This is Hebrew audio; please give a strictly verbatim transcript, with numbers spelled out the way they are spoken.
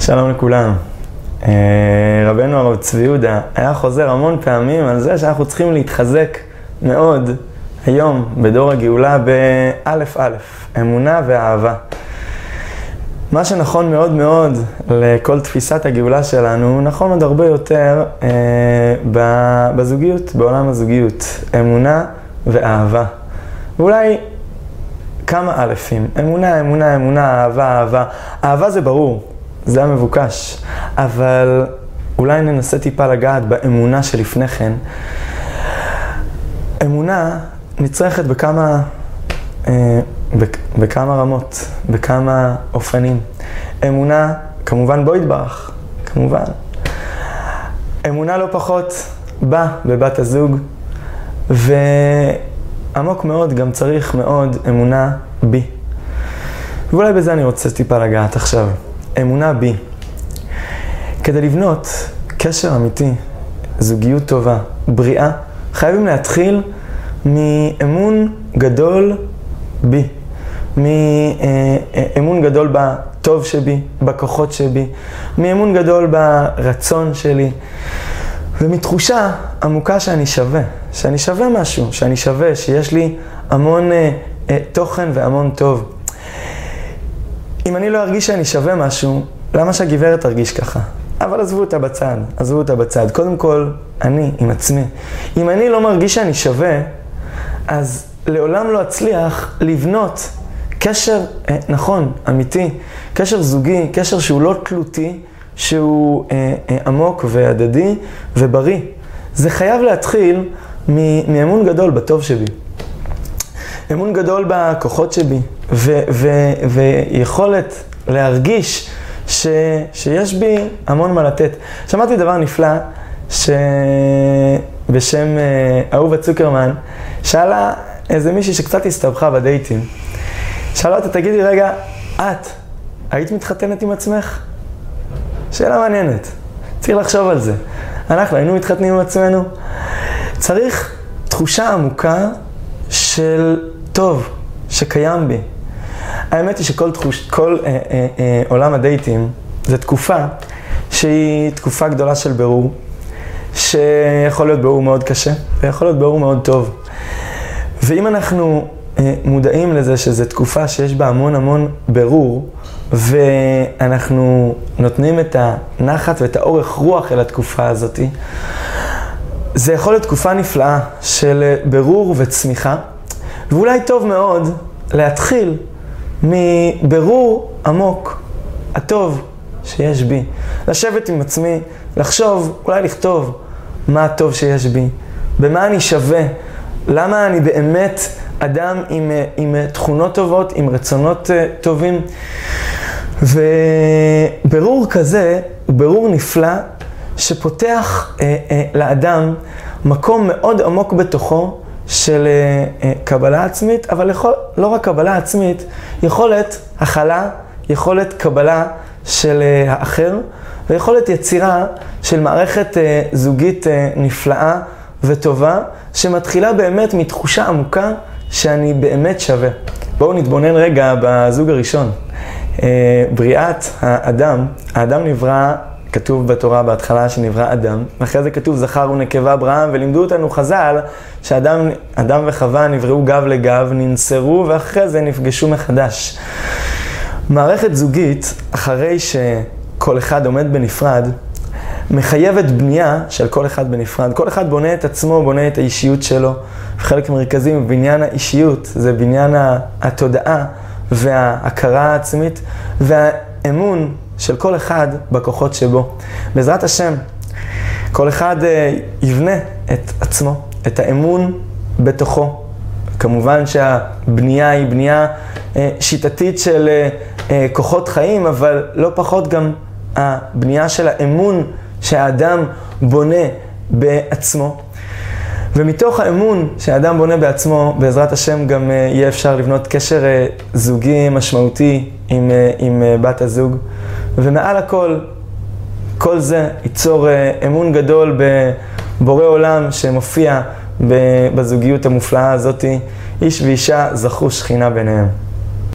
שלום לכולם. רבנו הרב צבי יהודה היה חוזר המון פעמים על זה שאנחנו צריכים להתחזק מאוד היום בדור הגאולה באלף אלף, אמונה ואהבה. מה שנכון מאוד מאוד לכל תפיסת הגאולה שלנו, נכון עוד הרבה יותר אה, בזוגיות, בעולם הזוגיות, אמונה ואהבה. ואולי כמה אלפים, אמונה, אמונה, אמונה, אהבה, אהבה. אהבה זה ברור, זה המבוקש, אבל אולי ננסה טיפה לגעת באמונה שלפני כן. אמונה נצרכת בכמה, אה, בכמה רמות, בכמה אופנים. אמונה, כמובן בו יתברך, כמובן. אמונה לא פחות בה בבת הזוג, ועמוק מאוד גם צריך מאוד אמונה בי. ואולי בזה אני רוצה טיפה לגעת עכשיו. אמונה בי. כדי לבנות קשר אמיתי, זוגיות טובה, בריאה, חייבים להתחיל מאמון גדול בי. מאמון גדול בטוב שבי, בכוחות שבי, מאמון גדול ברצון שלי, ומתחושה עמוקה שאני שווה, שאני שווה משהו, שאני שווה, שיש לי המון אה, אה, תוכן והמון טוב. אם אני לא ארגיש שאני שווה משהו, למה שהגברת תרגיש ככה? אבל עזבו אותה בצד, עזבו אותה בצד. קודם כל, אני עם עצמי. אם אני לא מרגיש שאני שווה, אז לעולם לא אצליח לבנות קשר אה, נכון, אמיתי, קשר זוגי, קשר שהוא לא תלותי, שהוא אה, אה, עמוק והדדי ובריא. זה חייב להתחיל מאמון גדול בטוב שבי. אמון גדול בכוחות שבי, ו- ו- ויכולת להרגיש ש- שיש בי המון מה לתת. שמעתי דבר נפלא שבשם אה, אהובה צוקרמן, שאלה איזה מישהי שקצת הסתבכה בדייטים. שאלה אותה, תגידי רגע, את היית מתחתנת עם עצמך? שאלה מעניינת. צריך לחשוב על זה. אנחנו היינו מתחתנים עם עצמנו. צריך תחושה עמוקה של טוב, שקיים בי. האמת היא שכל תחוש, כל אה, אה, אה, עולם הדייטים זה תקופה שהיא תקופה גדולה של ברור, שיכול להיות ברור מאוד קשה, ויכול להיות ברור מאוד טוב. ואם אנחנו אה, מודעים לזה שזו תקופה שיש בה המון המון ברור, ואנחנו נותנים את הנחת ואת האורך רוח אל התקופה הזאת, זה יכול להיות תקופה נפלאה של ברור וצמיחה, ואולי טוב מאוד להתחיל מברור עמוק, הטוב שיש בי. לשבת עם עצמי, לחשוב, אולי לכתוב מה הטוב שיש בי, במה אני שווה, למה אני באמת אדם עם, עם תכונות טובות, עם רצונות טובים. וברור כזה הוא ברור נפלא שפותח אה, אה, לאדם מקום מאוד עמוק בתוכו של אה, אה, קבלה עצמית, אבל יכול, לא רק קבלה עצמית, יכולת הכלה, יכולת קבלה של אה, האחר, ויכולת יצירה של מערכת אה, זוגית אה, נפלאה וטובה, שמתחילה באמת מתחושה עמוקה שאני באמת שווה. בואו נתבונן רגע בזוג הראשון. בריאת האדם, האדם נברא, כתוב בתורה בהתחלה שנברא אדם, ואחרי זה כתוב זכר ונקבה אברהם, ולימדו אותנו חז"ל שאדם אדם וחווה נבראו גב לגב, ננסרו ואחרי זה נפגשו מחדש. מערכת זוגית, אחרי שכל אחד עומד בנפרד, מחייבת בנייה של כל אחד בנפרד. כל אחד בונה את עצמו, בונה את האישיות שלו, וחלק מרכזי מבניין האישיות זה בניין התודעה וההכרה העצמית והאמון של כל אחד בכוחות שבו. בעזרת השם, כל אחד יבנה את עצמו, את האמון בתוכו. כמובן שהבנייה היא בנייה שיטתית של כוחות חיים, אבל לא פחות גם הבנייה של האמון שהאדם בונה בעצמו. ומתוך האמון שהאדם בונה בעצמו, בעזרת השם גם יהיה אפשר לבנות קשר זוגי משמעותי עם, עם בת הזוג. ומעל הכל, כל זה ייצור אמון גדול בבורא עולם שמופיע בזוגיות המופלאה הזאת. איש ואישה זכו שכינה ביניהם.